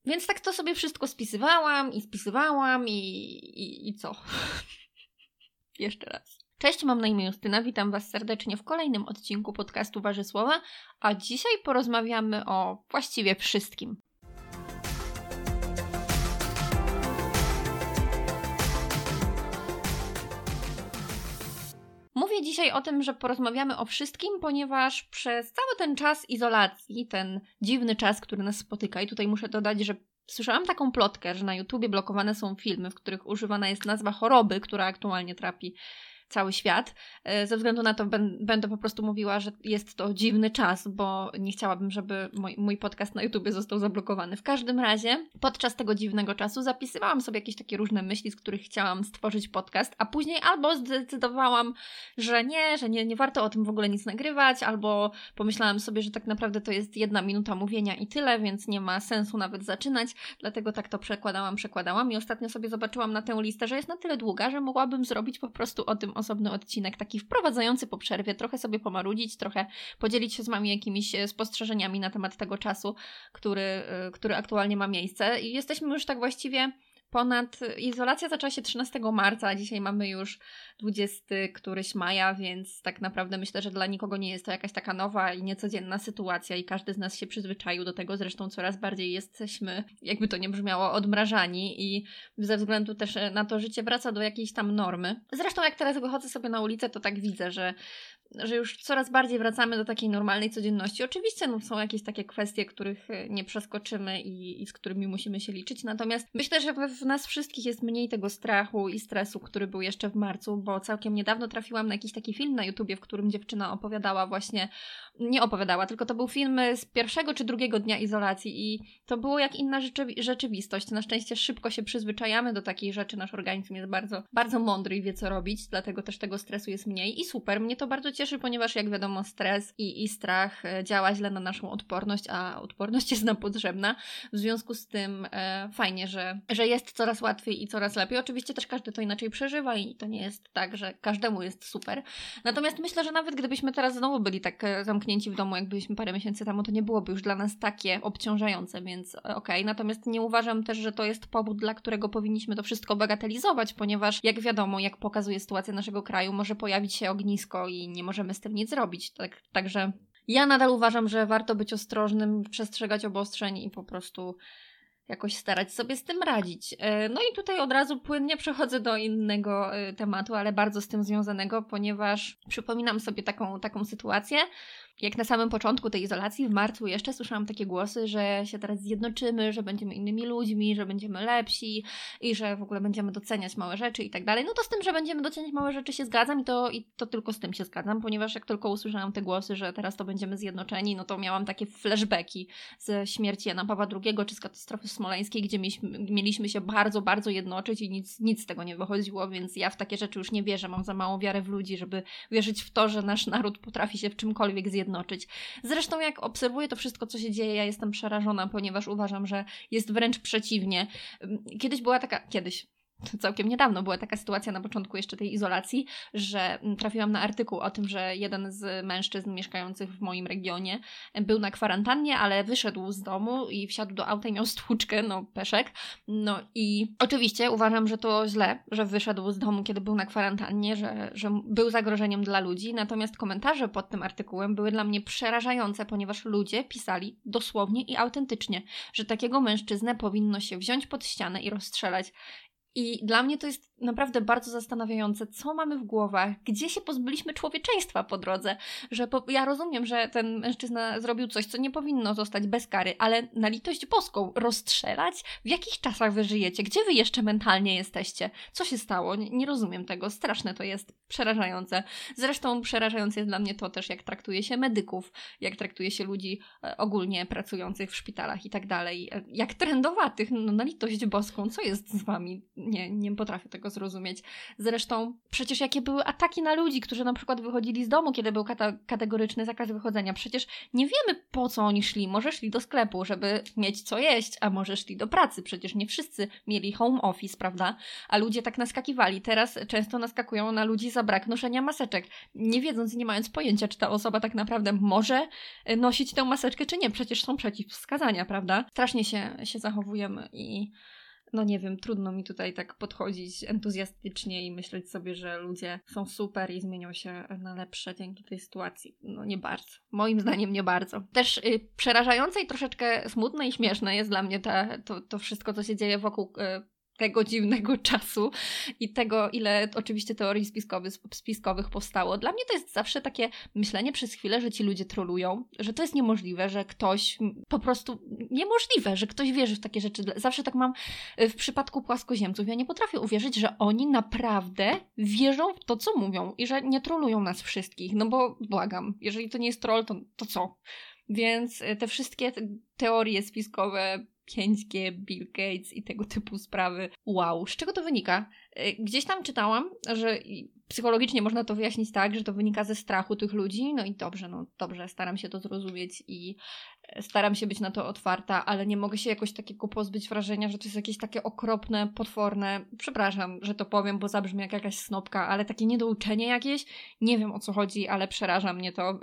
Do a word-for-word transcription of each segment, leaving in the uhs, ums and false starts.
Więc tak to sobie wszystko spisywałam i spisywałam i, i, i co? Jeszcze raz. Cześć, mam na imię Justyna, witam Was serdecznie w kolejnym odcinku podcastu Waży Słowa, a dzisiaj porozmawiamy o właściwie wszystkim. Mówię dzisiaj o tym, że porozmawiamy o wszystkim, ponieważ przez cały ten czas izolacji, ten dziwny czas, który nas spotyka, i tutaj muszę dodać, że słyszałam taką plotkę, że na YouTubie blokowane są filmy, w których używana jest nazwa choroby, która aktualnie trapi cały świat. Ze względu na to będę po prostu mówiła, że jest to dziwny czas, bo nie chciałabym, żeby mój, mój podcast na YouTubie został zablokowany. W każdym razie, podczas tego dziwnego czasu zapisywałam sobie jakieś takie różne myśli, z których chciałam stworzyć podcast, a później albo zdecydowałam, że nie, że nie, nie warto o tym w ogóle nic nagrywać, albo pomyślałam sobie, że tak naprawdę to jest jedna minuta mówienia i tyle, więc nie ma sensu nawet zaczynać, dlatego tak to przekładałam, przekładałam i ostatnio sobie zobaczyłam na tę listę, że jest na tyle długa, że mogłabym zrobić po prostu o tym osobny odcinek, taki wprowadzający po przerwie, trochę sobie pomarudzić, trochę podzielić się z Wami jakimiś spostrzeżeniami na temat tego czasu, który, który aktualnie ma miejsce. I jesteśmy już tak właściwie ponad... Izolacja zaczęła się trzynastego marca, a dzisiaj mamy już dwudziestego któryś maja, więc tak naprawdę myślę, że dla nikogo nie jest to jakaś taka nowa i niecodzienna sytuacja i każdy z nas się przyzwyczaił do tego, zresztą coraz bardziej jesteśmy, jakby to nie brzmiało, odmrażani i ze względu też na to życie wraca do jakiejś tam normy. Zresztą jak teraz wychodzę sobie na ulicę, to tak widzę, że że już coraz bardziej wracamy do takiej normalnej codzienności. Oczywiście no, są jakieś takie kwestie, których nie przeskoczymy i, i z którymi musimy się liczyć, natomiast myślę, że w nas wszystkich jest mniej tego strachu i stresu, który był jeszcze w marcu, bo całkiem niedawno trafiłam na jakiś taki film na YouTubie, w którym dziewczyna opowiadała właśnie, nie opowiadała, tylko to był film z pierwszego czy drugiego dnia izolacji i to było jak inna rzeczywi- rzeczywistość. Na szczęście szybko się przyzwyczajamy do takiej rzeczy, nasz organizm jest bardzo, bardzo mądry i wie co robić, dlatego też tego stresu jest mniej i super, mnie to bardzo cieszy, ponieważ jak wiadomo stres i, i strach działa źle na naszą odporność, a odporność jest nam potrzebna. W związku z tym e, fajnie, że, że jest coraz łatwiej i coraz lepiej. Oczywiście też każdy to inaczej przeżywa i to nie jest tak, że każdemu jest super. Natomiast myślę, że nawet gdybyśmy teraz znowu byli tak zamknięci w domu, jak byliśmy parę miesięcy temu, to nie byłoby już dla nas takie obciążające, więc okej. Okay. Natomiast nie uważam też, że to jest powód, dla którego powinniśmy to wszystko bagatelizować, ponieważ jak wiadomo, jak pokazuje sytuacja naszego kraju, może pojawić się ognisko i nie możemy z tym nic zrobić. Tak, także ja nadal uważam, że warto być ostrożnym, przestrzegać obostrzeń i po prostu jakoś starać sobie z tym radzić. No i tutaj od razu płynnie przechodzę do innego tematu, ale bardzo z tym związanego, ponieważ przypominam sobie taką, taką sytuację, jak na samym początku tej izolacji, w marcu jeszcze słyszałam takie głosy, że się teraz zjednoczymy, że będziemy innymi ludźmi, że będziemy lepsi i że w ogóle będziemy doceniać małe rzeczy i tak dalej. No to z tym, że będziemy doceniać małe rzeczy się zgadzam i to, i to tylko z tym się zgadzam, ponieważ jak tylko usłyszałam te głosy, że teraz to będziemy zjednoczeni, no to miałam takie flashbacki ze śmierci Jana Pawła drugiego czy z katastrofy smoleńskiej, gdzie mieliśmy, mieliśmy się bardzo, bardzo jednoczyć i nic, nic z tego nie wychodziło, więc ja w takie rzeczy już nie wierzę. Mam za małą wiarę w ludzi, żeby wierzyć w to, że nasz naród potrafi się w czymkolwiek zjednoczyć. Zresztą jak obserwuję to wszystko, co się dzieje, ja jestem przerażona, ponieważ uważam, że jest wręcz przeciwnie. Kiedyś była taka... Kiedyś... Całkiem niedawno była taka sytuacja na początku jeszcze tej izolacji, że trafiłam na artykuł o tym, że jeden z mężczyzn mieszkających w moim regionie był na kwarantannie, ale wyszedł z domu i wsiadł do auta i miał stłuczkę, no peszek. No i oczywiście uważam, że to źle, że wyszedł z domu, kiedy był na kwarantannie, że, że był zagrożeniem dla ludzi, natomiast komentarze pod tym artykułem były dla mnie przerażające, ponieważ ludzie pisali dosłownie i autentycznie, że takiego mężczyznę powinno się wziąć pod ścianę i rozstrzelać. I dla mnie to jest naprawdę bardzo zastanawiające, co mamy w głowach, gdzie się pozbyliśmy człowieczeństwa po drodze, że po, ja rozumiem, że ten mężczyzna zrobił coś, co nie powinno zostać bez kary, ale na litość boską, rozstrzelać? W jakich czasach wy żyjecie? Gdzie wy jeszcze mentalnie jesteście? Co się stało? Nie, nie rozumiem tego, straszne to jest, przerażające. Zresztą przerażające jest dla mnie to też, jak traktuje się medyków, jak traktuje się ludzi e, ogólnie pracujących w szpitalach i tak dalej, jak trendowatych, no na litość boską, co jest z wami? Nie, nie potrafię tego zrozumieć. Zresztą przecież jakie były ataki na ludzi, którzy na przykład wychodzili z domu, kiedy był kata- kategoryczny zakaz wychodzenia. Przecież nie wiemy, po co oni szli. Może szli do sklepu, żeby mieć co jeść, a może szli do pracy. Przecież nie wszyscy mieli home office, prawda? A ludzie tak naskakiwali. Teraz często naskakują na ludzi za brak noszenia maseczek. Nie wiedząc i nie mając pojęcia, czy ta osoba tak naprawdę może nosić tę maseczkę, czy nie. Przecież są przeciwwskazania, prawda? Strasznie się, się zachowujemy i no nie wiem, trudno mi tutaj tak podchodzić entuzjastycznie i myśleć sobie, że ludzie są super i zmienią się na lepsze dzięki tej sytuacji. No nie bardzo. Moim zdaniem nie bardzo. Też y, przerażające i troszeczkę smutne i śmieszne jest dla mnie ta, to, to wszystko, co się dzieje wokół y, tego dziwnego czasu i tego, ile oczywiście teorii spiskowych, spiskowych powstało. Dla mnie to jest zawsze takie myślenie przez chwilę, że ci ludzie trolują, że to jest niemożliwe, że ktoś po prostu niemożliwe, że ktoś wierzy w takie rzeczy. Zawsze tak mam w przypadku płaskoziemców. Ja nie potrafię uwierzyć, że oni naprawdę wierzą w to, co mówią i że nie trolują nas wszystkich. No bo błagam, jeżeli to nie jest troll, to, to co? Więc te wszystkie teorie spiskowe, pięć G, Bill Gates i tego typu sprawy. Wow, z czego to wynika? Gdzieś tam czytałam, że psychologicznie można to wyjaśnić tak, że to wynika ze strachu tych ludzi. No i dobrze, no dobrze, staram się to zrozumieć i staram się być na to otwarta, ale nie mogę się jakoś takiego pozbyć wrażenia, że to jest jakieś takie okropne, potworne, przepraszam, że to powiem, bo zabrzmi jak jakaś snopka, ale takie niedouczenie jakieś, nie wiem o co chodzi, ale przeraża mnie to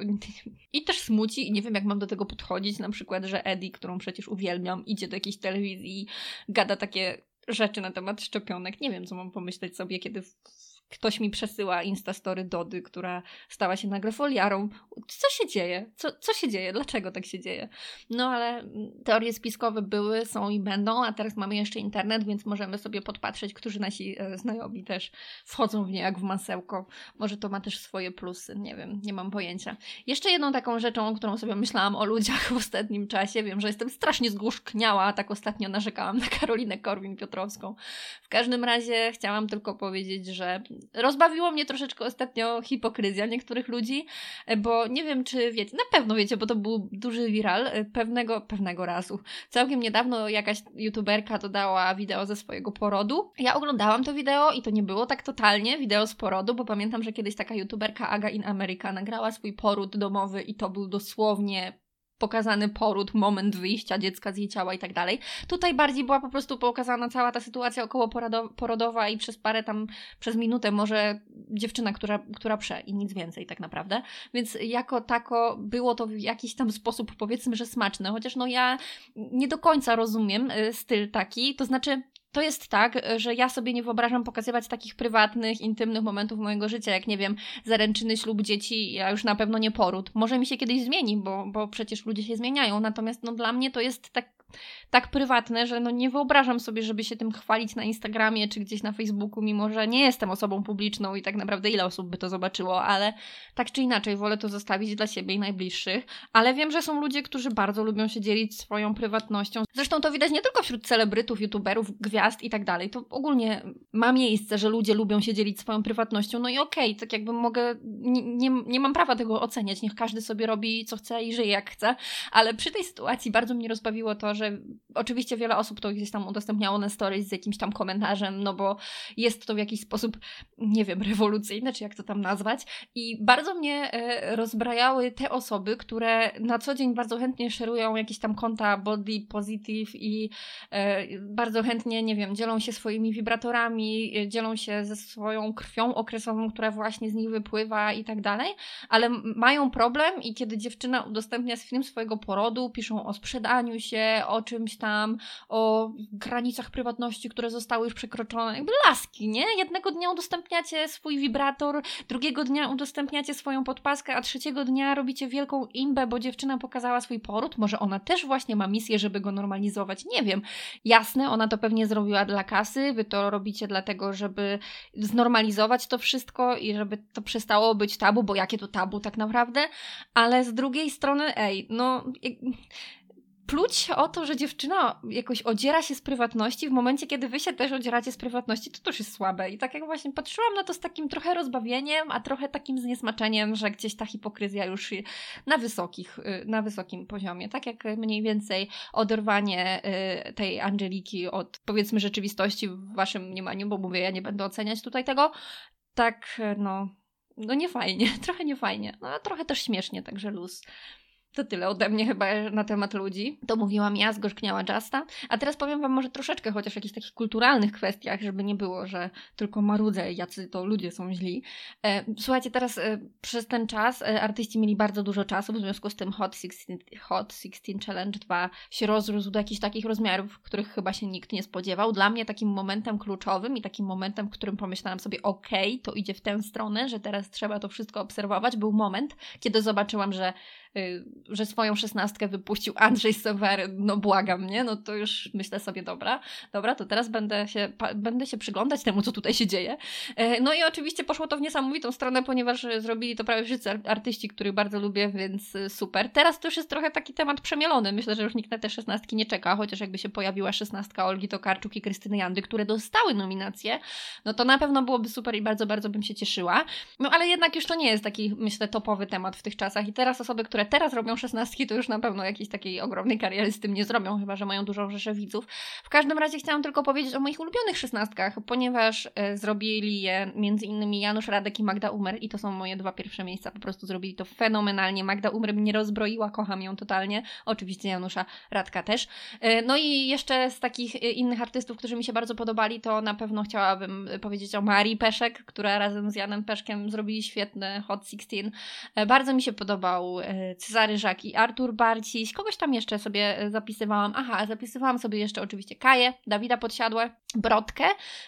i też smuci i nie wiem jak mam do tego podchodzić, na przykład, że Eddie, którą przecież uwielbiam, idzie do jakiejś telewizji i gada takie rzeczy na temat szczepionek. Nie wiem, co mam pomyśleć sobie, kiedy ktoś mi przesyła Instastory Dody, która stała się nagle foliarą. Co się dzieje? Co, co się dzieje? Dlaczego tak się dzieje? No ale teorie spiskowe były, są i będą, a teraz mamy jeszcze internet, więc możemy sobie podpatrzeć, którzy nasi e, znajomi też wchodzą w nie jak w masełko. Może to ma też swoje plusy, nie wiem, nie mam pojęcia. Jeszcze jedną taką rzeczą, którą sobie myślałam o ludziach w ostatnim czasie, wiem, że jestem strasznie zgorzkniała, tak ostatnio narzekałam na Karolinę Korwin-Piotrowską. W każdym razie chciałam tylko powiedzieć, że rozbawiło mnie troszeczkę ostatnio hipokryzja niektórych ludzi, bo nie wiem, czy wiecie, na pewno wiecie, bo to był duży viral pewnego, pewnego razu. Całkiem niedawno jakaś youtuberka dodała wideo ze swojego porodu. Ja oglądałam to wideo i to nie było tak totalnie wideo z porodu, bo pamiętam, że kiedyś taka youtuberka Aga in America nagrała swój poród domowy i to był dosłownie pokazany poród, moment wyjścia dziecka z jej ciała i tak dalej. Tutaj bardziej była po prostu pokazana cała ta sytuacja okołoporodowa i przez parę tam, przez minutę może dziewczyna, która, która prze i nic więcej tak naprawdę. Więc jako tako było to w jakiś tam sposób powiedzmy, że smaczne, chociaż no ja nie do końca rozumiem styl taki, to znaczy to jest tak, że ja sobie nie wyobrażam pokazywać takich prywatnych, intymnych momentów mojego życia, jak nie wiem, zaręczyny, ślub, dzieci, ja już na pewno nie poród. Może mi się kiedyś zmieni, bo, bo przecież ludzie się zmieniają, natomiast no dla mnie to jest tak tak prywatne, że no nie wyobrażam sobie, żeby się tym chwalić na Instagramie czy gdzieś na Facebooku, mimo że nie jestem osobą publiczną i tak naprawdę ile osób by to zobaczyło, ale tak czy inaczej wolę to zostawić dla siebie i najbliższych, ale wiem, że są ludzie, którzy bardzo lubią się dzielić swoją prywatnością. Zresztą to widać nie tylko wśród celebrytów, youtuberów, gwiazd i tak dalej. To ogólnie ma miejsce, że ludzie lubią się dzielić swoją prywatnością, no i okej, okay, tak jakby mogę, nie, nie, nie mam prawa tego oceniać, niech każdy sobie robi co chce i żyje jak chce, ale przy tej sytuacji bardzo mnie rozbawiło to, że oczywiście wiele osób to gdzieś tam udostępniało na stories z jakimś tam komentarzem, no bo jest to w jakiś sposób, nie wiem, rewolucyjne, czy jak to tam nazwać. I bardzo mnie e, rozbrajały te osoby, które na co dzień bardzo chętnie szerują jakieś tam konta body positive i e, bardzo chętnie, nie wiem, dzielą się swoimi wibratorami, e, dzielą się ze swoją krwią okresową, która właśnie z nich wypływa i tak dalej, ale mają problem i kiedy dziewczyna udostępnia film swojego porodu, piszą o sprzedaniu się, o czymś tam, o granicach prywatności, które zostały już przekroczone. Jakby laski, nie? Jednego dnia udostępniacie swój wibrator, drugiego dnia udostępniacie swoją podpaskę, a trzeciego dnia robicie wielką imbę, bo dziewczyna pokazała swój poród. Może ona też właśnie ma misję, żeby go normalizować. Nie wiem. Jasne, ona to pewnie zrobiła dla kasy, wy to robicie dlatego, żeby znormalizować to wszystko i żeby to przestało być tabu, bo jakie to tabu tak naprawdę? Ale z drugiej strony, ej, no... pluć się o to, że dziewczyna jakoś odziera się z prywatności w momencie, kiedy wy się też odzieracie z prywatności, to też jest słabe. I tak jak właśnie patrzyłam na to z takim trochę rozbawieniem, a trochę takim zniesmaczeniem, że gdzieś ta hipokryzja już na wysokich, na wysokim poziomie. Tak jak mniej więcej oderwanie tej Angeliki od, powiedzmy, rzeczywistości w waszym mniemaniu, bo mówię, ja nie będę oceniać tutaj tego, tak no, no nie fajnie, trochę nie fajnie, no a trochę też śmiesznie, także luz. To tyle ode mnie chyba na temat ludzi. To mówiłam ja, zgorzkniała Justa. A teraz powiem wam może troszeczkę chociaż o jakichś takich kulturalnych kwestiach, żeby nie było, że tylko marudzę, jacy to ludzie są źli. E, słuchajcie, teraz e, przez ten czas e, artyści mieli bardzo dużo czasu, w związku z tym Hot szesnaście, Hot szesnaście Challenge dwa się rozrósł do jakichś takich rozmiarów, których chyba się nikt nie spodziewał. Dla mnie takim momentem kluczowym i takim momentem, w którym pomyślałam sobie, okej, okay, to idzie w tę stronę, że teraz trzeba to wszystko obserwować, był moment, kiedy zobaczyłam, że że swoją szesnastkę wypuścił Andrzej Seweryn, no błagam, nie? No to już myślę sobie, dobra, dobra, to teraz będę się, pa, będę się przyglądać temu, co tutaj się dzieje. No i oczywiście poszło to w niesamowitą stronę, ponieważ zrobili to prawie wszyscy artyści, których bardzo lubię, więc super. Teraz to już jest trochę taki temat przemielony. Myślę, że już nikt na te szesnastki nie czeka, chociaż jakby się pojawiła szesnastka Olgi Tokarczuk i Krystyny Jandy, które dostały nominacje, no to na pewno byłoby super i bardzo, bardzo bym się cieszyła. No ale jednak już to nie jest taki, myślę, topowy temat w tych czasach i teraz osoby, które teraz robią szesnastki, to już na pewno jakiejś takiej ogromnej kariery z tym nie zrobią, chyba że mają dużą rzeszę widzów. W każdym razie chciałam tylko powiedzieć o moich ulubionych szesnastkach, ponieważ e, zrobili je między innymi Janusz Radek i Magda Umer i to są moje dwa pierwsze miejsca, po prostu zrobili to fenomenalnie. Magda Umer mnie rozbroiła, kocham ją totalnie, oczywiście Janusza Radka też. E, no i jeszcze z takich e, innych artystów, którzy mi się bardzo podobali, to na pewno chciałabym powiedzieć o Marii Peszek, która razem z Janem Peszkiem zrobili świetny Hot szesnaście. E, bardzo mi się podobał e, Cezary Żak i Artur Barciś. Kogoś tam jeszcze sobie zapisywałam. Aha, zapisywałam sobie jeszcze oczywiście Kaję, Dawida Podsiadłe, Brodkę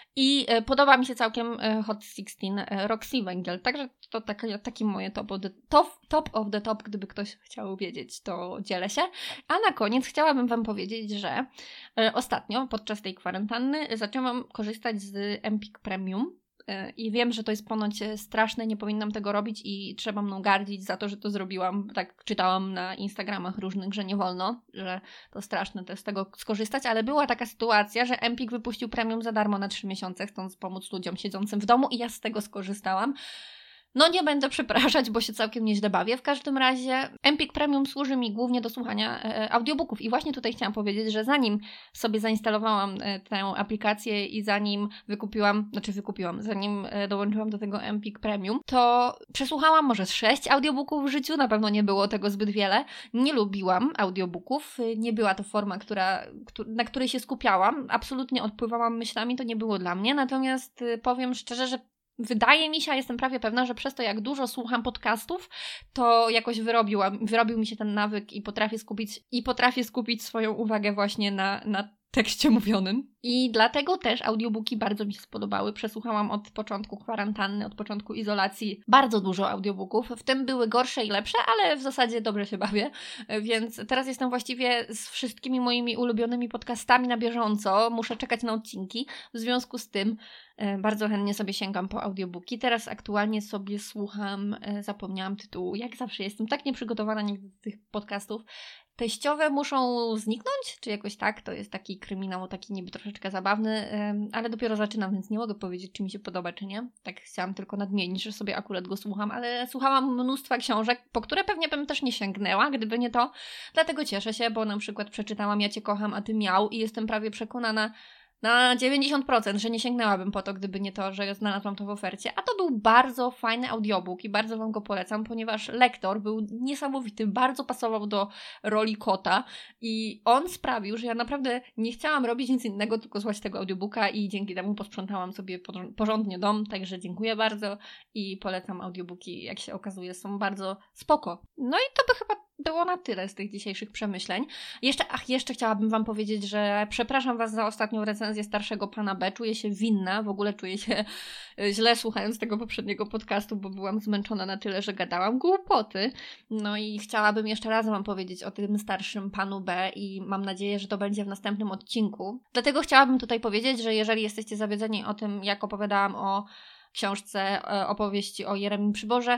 i e, podoba mi się całkiem e, Hot szesnaście e, Roxy Węgiel. Także to taki, taki moje top of, the, top, top of the top, gdyby ktoś chciał wiedzieć, to dzielę się. A na koniec chciałabym wam powiedzieć, że e, ostatnio podczas tej kwarantanny zaczęłam korzystać z Empik Premium. I wiem, że to jest ponoć straszne, nie powinnam tego robić i trzeba mną gardzić za to, że to zrobiłam. Tak czytałam na Instagramach różnych, że nie wolno, że to straszne to jest z tego skorzystać, ale była taka sytuacja, że Empik wypuścił premium za darmo na trzy miesiące, chcąc pomóc ludziom siedzącym w domu i ja z tego skorzystałam. No nie będę przepraszać, bo się całkiem nieźle bawię. W każdym razie Empik Premium służy mi głównie do słuchania e, audiobooków i właśnie tutaj chciałam powiedzieć, że zanim sobie zainstalowałam e, tę aplikację i zanim wykupiłam, znaczy wykupiłam, zanim e, dołączyłam do tego Empik Premium, to przesłuchałam może z sześć audiobooków w życiu, na pewno nie było tego zbyt wiele. Nie lubiłam audiobooków, nie była to forma, która, na której się skupiałam, absolutnie odpływałam myślami, to nie było dla mnie, natomiast e, powiem szczerze, że wydaje mi się, a jestem prawie pewna, że przez to, jak dużo słucham podcastów, to jakoś wyrobiłam, wyrobił mi się ten nawyk i potrafię skupić, i potrafię skupić swoją uwagę właśnie na, na tekście mówionym. I dlatego też audiobooki bardzo mi się spodobały. Przesłuchałam od początku kwarantanny, od początku izolacji bardzo dużo audiobooków. W tym były gorsze i lepsze, ale w zasadzie dobrze się bawię. Więc teraz jestem właściwie z wszystkimi moimi ulubionymi podcastami na bieżąco. Muszę czekać na odcinki. W związku z tym bardzo chętnie sobie sięgam po audiobooki. Teraz aktualnie sobie słucham, zapomniałam tytułu. Jak zawsze jestem tak nieprzygotowana nigdy do tych podcastów. Teściowe muszą zniknąć? Czy jakoś tak? To jest taki kryminał, taki niby troszeczkę zabawny, ale dopiero zaczynam, więc nie mogę powiedzieć, czy mi się podoba, czy nie. Tak chciałam tylko nadmienić, że sobie akurat go słucham, ale słuchałam mnóstwa książek, po które pewnie bym też nie sięgnęła, gdyby nie to. Dlatego cieszę się, bo na przykład przeczytałam Ja Cię kocham, a Ty miał i jestem prawie przekonana, na dziewięćdziesiąt procent, że nie sięgnęłabym po to, gdyby nie to, że znalazłam to w ofercie. A to był bardzo fajny audiobook i bardzo wam go polecam, ponieważ lektor był niesamowity, bardzo pasował do roli kota i on sprawił, że ja naprawdę nie chciałam robić nic innego, tylko słuchać tego audiobooka i dzięki temu posprzątałam sobie porządnie dom, także dziękuję bardzo i polecam audiobooki, jak się okazuje, są bardzo spoko. No i to by chyba było na tyle z tych dzisiejszych przemyśleń. Jeszcze, ach, jeszcze chciałabym wam powiedzieć, że przepraszam was za ostatnią recenzję Starszego Pana B. Czuję się winna, w ogóle czuję się źle słuchając tego poprzedniego podcastu, bo byłam zmęczona na tyle, że gadałam głupoty. No i chciałabym jeszcze raz wam powiedzieć o tym Starszym Panu B i mam nadzieję, że to będzie w następnym odcinku. Dlatego chciałabym tutaj powiedzieć, że jeżeli jesteście zawiedzeni o tym, jak opowiadałam o książce opowieści o Jeremim Przyborze,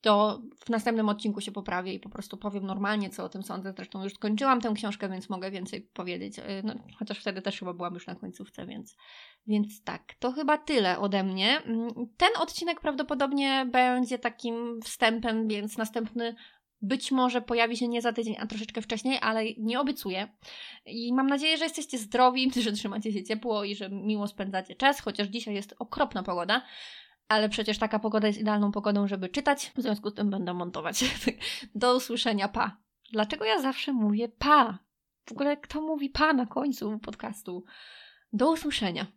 to w następnym odcinku się poprawię i po prostu powiem normalnie, co o tym sądzę. Zresztą już skończyłam tę książkę, więc mogę więcej powiedzieć. No, chociaż wtedy też chyba byłam już na końcówce, więc, więc tak. To chyba tyle ode mnie. Ten odcinek prawdopodobnie będzie takim wstępem, więc następny być może pojawi się nie za tydzień, a troszeczkę wcześniej, ale nie obiecuję. I mam nadzieję, że jesteście zdrowi, że trzymacie się ciepło i że miło spędzacie czas, chociaż dzisiaj jest okropna pogoda. Ale przecież taka pogoda jest idealną pogodą, żeby czytać. W związku z tym będę montować. Do usłyszenia, pa. Dlaczego ja zawsze mówię pa? W ogóle kto mówi pa na końcu podcastu? Do usłyszenia.